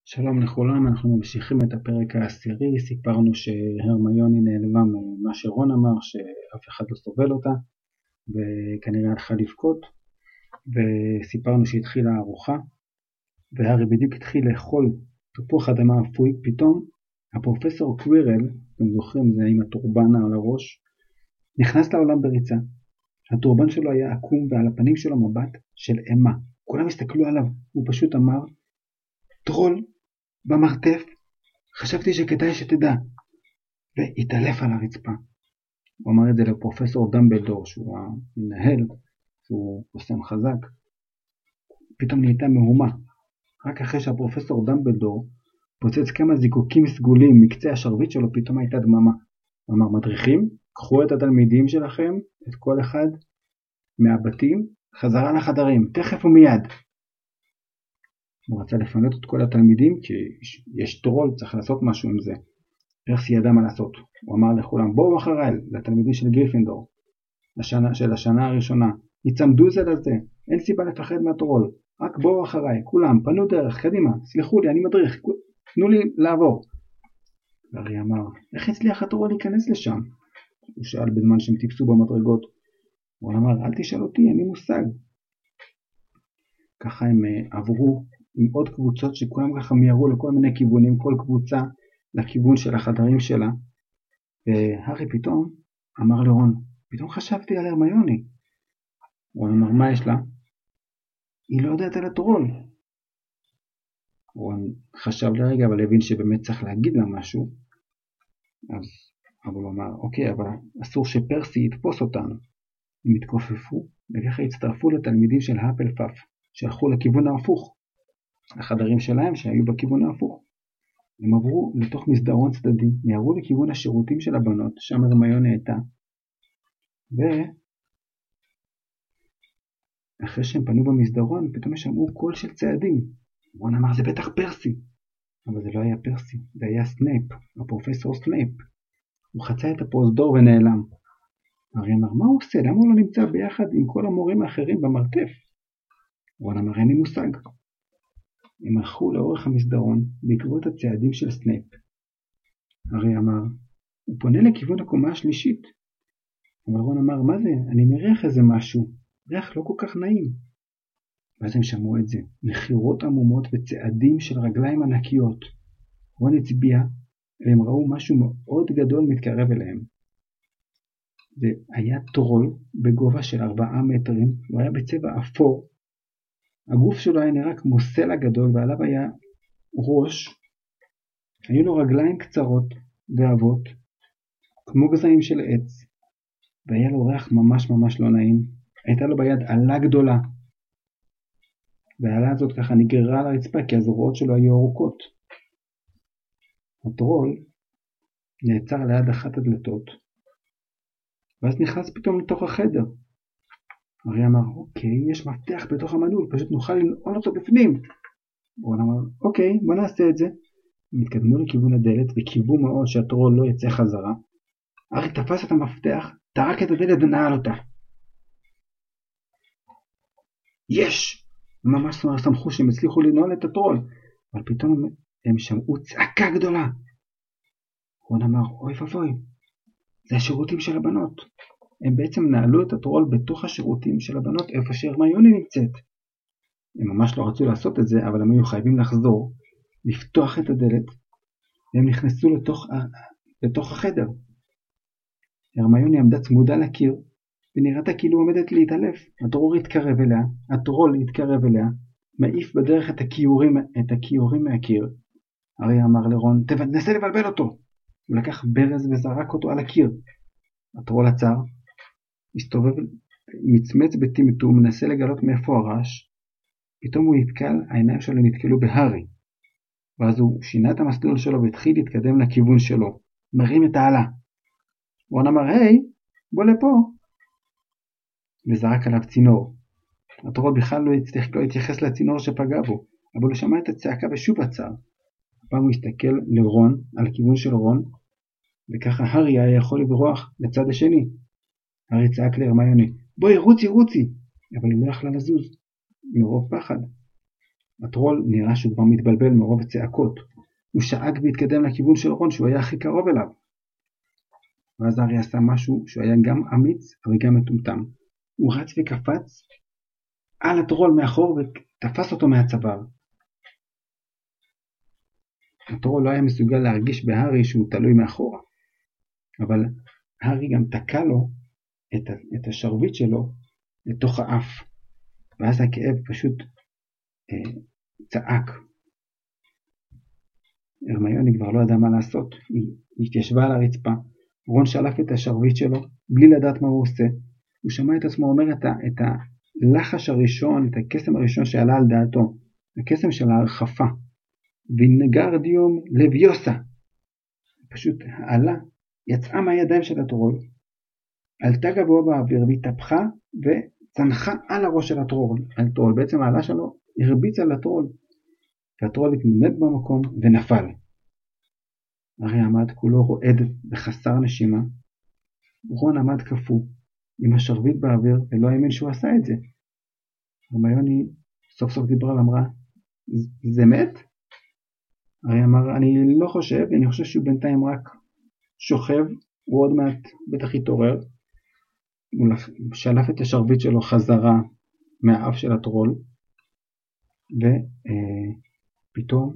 שלום לכולם, אנחנו ממשיכים את הפרק העשירי. סיפרנו שהרמיוני נעלבה ממה שרון אמר, שאף אחד לא סובל אותה וכנראה הלכה לבכות, וסיפרנו שהתחילה הארוחה והארי בדיוק התחיל לאכול תפוח אדמה אפוי. פתאום הפרופסור קווירל, אתם זוכרים, זה עם הטורבן על הראש, נכנס לעולם בריצה. הטורבן שלו היה עקום ועל הפנים שלו מבט של אימה. כולם הסתכלו עליו, הוא פשוט אמר, טרול במרתף, חשבתי שכדאי שתדע, והתעלף על הרצפה. הוא אמר את זה לפרופסור דמבלדור, שהוא המנהל, שהוא קוסם חזק. פתאום נהייתה מהומה. רק אחרי שהפרופסור דמבלדור פוצץ כמה זיקוקים סגולים מקצה השרביט שלו, פתאום הייתה דממה. הוא אמר, מדריכים, קחו את התלמידים שלכם, את כל אחד מהבתים, חזרה לחדרים, תכף ומיד. הוא רצה לפנות את כל התלמידים, כי יש טרול, צריך לעשות משהו עם זה. פרסי ידע מה לעשות. הוא אמר לכולם, בואו אחריי, לתלמידים של גריפינדור, של השנה הראשונה. יצמדו זה לזה, אין סיבה לפחד מהטרול. רק בואו אחריי, כולם, פנו דרך, קדימה, סליחו לי, אני מדריך, תנו לי לעבור. והארי אמר, איך הצליח הטרול להיכנס לשם? הוא שאל בזמן שהם טיפסו במדרגות. הוא אמר, אל תשאל אותי, אין לי מושג. ככה הם עברו עם עוד קבוצות שכולם ככה מיירו לכל מיני כיוונים, כל קבוצה לכיוון של החדרים שלה. והארי פתאום אמר לרון, פתאום חשבתי על הרמיוני. רון אמר, מה יש לה? היא לא יודעת על הטרול. רון חשב לרגע, אבל הבין שבאמת צריך להגיד לה משהו. אבל הוא אמר, אוקיי, אבל אסור שפרסי יתפוס אותנו. הם התכופפו, וככה הצטרפו לתלמידים של האפלפאף, שהלכו לכיוון ההפוך. החדרים שלהם שהיו בכיוון ההפוך. הם עברו לתוך מסדרון צדדי, מיהרו לכיוון השירותים של הבנות, שם הרמיוני הייתה. ואחרי שהם פנו במסדרון, פתאום שמעו קול של צעדים. רון אמר, זה בטח פרסי. אבל זה לא היה פרסי, זה היה סנייפ, הפרופסור סנייפ. הוא חצה את הפרוזדור ונעלם. הארי אמר, מה הוא עושה? למה הוא לא נמצא ביחד עם כל המורים האחרים במרתף? רון אמר, אין לי מושג. הם הלכו לאורך המסדרון בעקבות הצעדים של סנייפ. הארי אמר, הוא פונה לכיוון הקומה השלישית. אבל רון אמר, מה זה? אני מריח איזה משהו. ריח לא כל כך נעים. ואז הם שמעו את זה. נחירות עמומות וצעדים של רגליים ענקיות. רון הצביע, והם ראו משהו מאוד גדול מתקרב אליהם. זה היה טרול בגובה של 4 מטרים. הוא היה בצבע אפור. הגוף שלו היה נראה כמו סלע גדול, ועליו היה ראש. היו לו רגליים קצרות ועבות, כמו גזעים של עץ, והיה לו ריח ממש ממש לא נעים. הייתה לו ביד עלה גדולה, והעלה הזאת ככה נגררה על הרצפה, כי הזרועות שלו היו ארוכות. הטרול נעצר ליד אחת הדלתות, ואז נכנס פתאום לתוך החדר. הארי אמר, אוקיי, יש מפתח בתוך המנעול, פשוט נוכל לנעול אותו בפנים. רון אמר, אוקיי, בוא נעשה את זה. הם התקדמו לכיוון הדלת וקיוו מאוד שהטרול לא יצא חזרה. הארי תפס את המפתח, טרק את הדלת ונעל אותה. יש! הם ממש שמחו שהם הצליחו לנעול את הטרול, אבל פתאום הם שמעו צעקה גדולה. רון אמר, אוי ואבוי, זה השירותים של הבנות. הם בעצם נעלו את הטרול בתוך השירותים של הבנות, איפה שהרמיוני נמצאת. הם ממש לא רצו לעשות את זה, אבל הם היו חייבים לחזור, לפתוח את הדלת, והם נכנסו לתוך החדר. הרמיוני עמדה צמודה לקיר, ונראתה כאילו עומדת להתעלף. הטרול התקרב אליה, מעיף בדרך את הכיורים מהקיר. הארי אמר לרון, תנסה לבלבל אותו. הוא לקח ברז וזרק אותו על הקיר. הטרול עצר, הסתובב, מצמץ בטמטום, מנסה לגלות מאיפה הרעש. פתאום הוא נתקל, העיניים שלו נתקלו בהארי. ואז הוא שינה את המסלול שלו והתחיל להתקדם לכיוון שלו. מרים את העלה. רון אמר, היי, בוא לפה. וזרק עליו צינור. הטרול בכלל לא התייחס לצינור שפגע בו, אבל הוא שמע את הצעקה ושוב עצר. הפעם הוא הסתכל לרון, על הכיוון של רון, וככה הארי היה יכול לברוח לצד השני. הארי צעק להרמיוני, בואי רוצי, אבל היא לא יכלה לזוז, מרוב פחד. הטרול נראה שהוא כבר מתבלבל מרוב צעקות. הוא שאג והתקדם לכיוון של רון שהוא היה הכי קרוב אליו. ואז הארי עשה משהו שהוא היה גם אמיץ אבל גם מטומטם. הוא רץ וקפץ על הטרול מאחור ותפס אותו מהצוואר. הטרול לא היה מסוגל להרגיש בהארי שהוא תלוי מאחורה. אבל הארי גם תקע לו את השרביט שלו לתוך האף. ואז הכאב פשוט צעק. הרמיוני כבר לא ידע מה לעשות. היא התיישבה על הרצפה. רון שלף את השרביט שלו בלי לדעת מה הוא עושה. הוא שמע את עצמו אומר את הלחש הראשון, את הקסם הראשון שעלה על דעתו. הקסם של ההרחפה. וינגרדיום לביוסה. פשוט העלה יצאה מהידיים של הטרול. עלתה גבוה באוויר והתהפכה וצנחה על הראש של הטרול. בעצם העלה שלו הרביץ על הטרול. והטרול התנדנד במקום ונפל. הארי עמד כולו רועד וחסר נשימה. רון עמד קפוא עם השרביט באוויר ולא האמין שהוא עשה את זה. הרמיוני סוף סוף דיברה ואמרה, זה מת? הארי אמר, אני לא חושב, אני חושב שהוא בינתיים רק שוכב, הוא עוד מעט בטח התעורר. הוא שלף את השרביט שלו חזרה מהאף של הטרול, ופתאום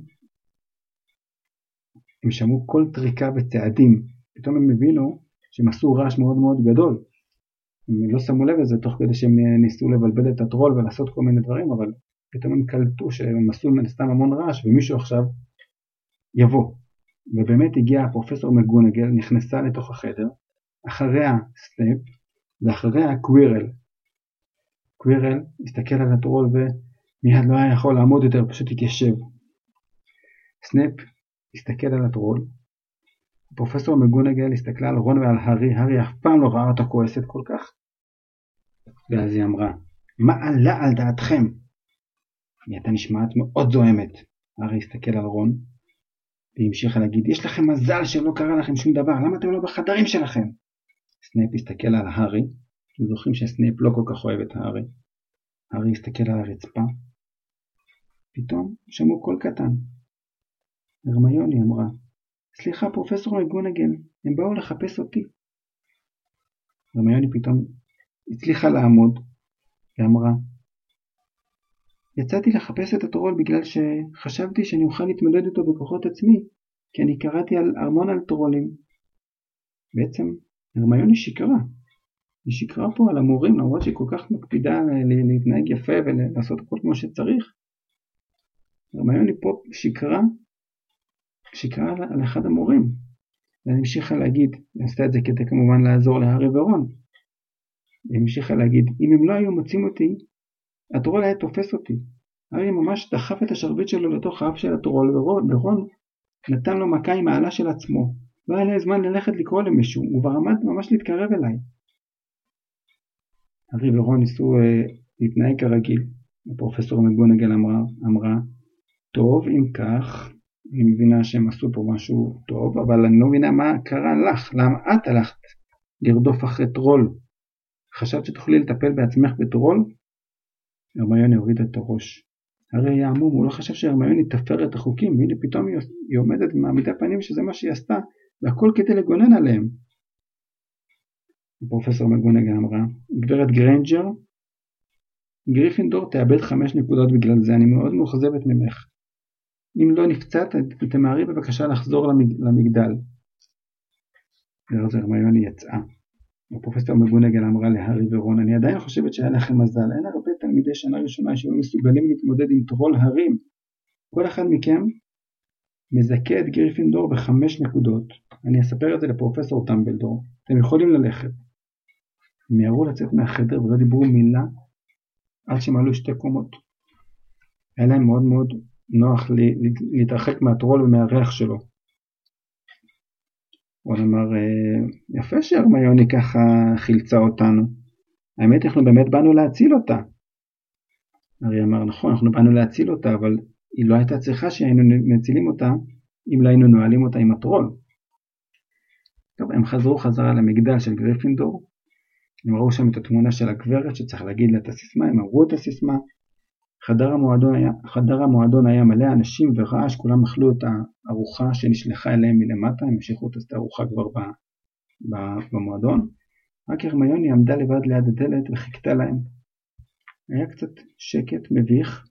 הם שמעו כל טריקה וצעדים. פתאום הם הבינו שהם עשו רעש מאוד מאוד גדול. הם לא שמו לב לזה תוך כדי שהם ניסו לבלבל את הטרול ולעשות כל מיני דברים, אבל פתאום הם קלטו שהם עשו סתם המון רעש ומישהו עכשיו יבוא. ובאמת הגיע הפרופסור מגונגל, נכנסה לתוך החדר, אחריה סנייפ ואחריה קווירל. קווירל הסתכל על הטרול ומיד לא היה יכול לעמוד יותר, פשוט התיישב. סנייפ הסתכל על הטרול. הפרופסור מגונגל הסתכלה על רון ועל הארי אף פעם לא ראה אותה כועסת כל כך. ואז היא אמרה, מה עלה על דעתכם? היא הייתה נשמעת מאוד זוהמת. הארי הסתכל על רון, והיא המשיכה להגיד, יש לכם מזל שלא קרה לכם שום דבר, למה אתם לא בחדרים שלכם? סנייפ הסתכל על הארי, אתם זוכרים שסנייפ לא כל כך אוהב את הארי. הארי הסתכל על הרצפה, פתאום שמעו קול קטן. הרמיוני אמרה, סליחה פרופסור מגונגל, הם באו לחפש אותי. הרמיוני פתאום הצליחה לעמוד, ואמרה, יצאתי לחפש את הטרול בגלל שחשבתי שאני אוכל להתמודד איתו בכוחות עצמי, כי אני קראתי על ארמון על טרולים. בעצם הרמיוני שיקרה. היא שיקרה פה על המורים, למרות שהיא כל כך מקפידה להתנהג יפה ולעשות הכל כמו שצריך. הרמיוני פה שיקרה על אחד המורים. ואני המשיכה להגיד, היא עשתה את זה כדי כמובן לעזור להארי ורון. היא המשיכה להגיד, אם הם לא היו מוצאים אותי, הטרול היה תופס אותי. הארי ממש דחף את השרביט שלו לתוך האף של הטרול, ורון נתן לו מכה עם העלה של עצמו. לא היה לי זמן ללכת לקרוא למישהו, הוא כבר עמד ממש להתקרב אליי. הארי ורון ניסו להתנהג כרגיל. הפרופסור מגונגל אמרה, טוב אם כך, אני מבינה שהם עשו פה משהו טוב, אבל אני לא מבינה מה קרה לך, למה את הלכת לרדוף אחרי טרול? חשבת שתוכלי לטפל בעצמך בטרול? הרמיוני הוריד את הראש. הרי היה עמום, הוא לא חשב שהרמיוני תפר את החוקים, והנה פתאום היא עומדת ומעמידה פנים שזה מה שהיא עשתה, והכל כדי לגונן עליהם. הפרופסור מגונגל אמרה, גברת גריינג'ר, גריפינדור תאבד 5 נקודות בגלל זה, אני מאוד מאוכזבת ממך. אם לא נפצעת, תמהרי בבקשה לחזור למגדל. ואז הרמיוני יצאה. הפרופסור מגונגל אמרה להארי ורון, אני עדיין חושבת שהיה לכם מזל, אין הרבה תלמידי שנה ראשונה שהיו מסוגלים להתמודד עם טרול הרים. כל אחד מכם מזכה את גריפינדור ב5 נקודות. אני אספר את זה לפרופסור טמבלדור. אתם יכולים ללכת. הם יערו לצאת מהחדר ולא דיברו מילה עד שמעלו 2 קומות. היה להם מאוד מאוד נוח להתרחק מהטרול ומהריח שלו. הוא אמר, יפה שהרמיוני ככה חילצה אותנו. האמת, אנחנו באמת באנו להציל אותה. הארי אמר, נכון, אנחנו באנו להציל אותה, אבל היא לא הייתה צריכה שהיינו מצילים אותה, אם לא היינו נועלים אותה עם הטרול. טוב, הם חזרו חזרה למגדל של גריפינדור. הם ראו שם את התמונה של הגברת שצריך להגיד לה את הסיסמה, הם אמרו את הסיסמה. חדר המועדון היה מלא אנשים ורעש, כולם אכלו את הארוחה שנשלחה אליהם מלמטה, הם המשיכו את הארוחה כבר במועדון. רק הרמיוני עמדה לבד ליד הדלת וחיכתה להם. היה קצת שקט מביך,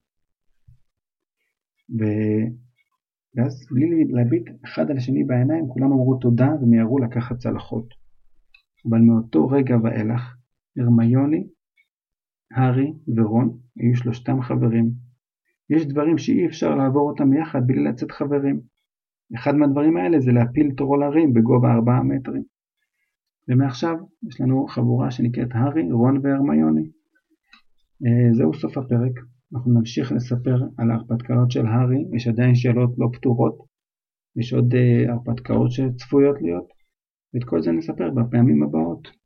ואז בלי להביט אחד על השני בעיניים, כולם אמרו תודה ומיירו לקחת צלחות. אבל מאותו רגע ואילך, הרמיוני, הארי ורון היו שלושתם חברים. יש דברים שאי אפשר לעבור אותם יחד בלי לצאת חברים. אחד מהדברים האלה זה להפיל טרול הרים בגובה 4 מטרים. ומעכשיו יש לנו חבורה שנקראת הארי, רון והרמיוני. זהו סוף הפרק. אנחנו נמשיך לספר על ההרפתקאות של הארי. יש עדיין שאלות לא פתורות. יש עוד הרפתקאות שצפויות להיות. ואת כל זה נספר בפעמים הבאות.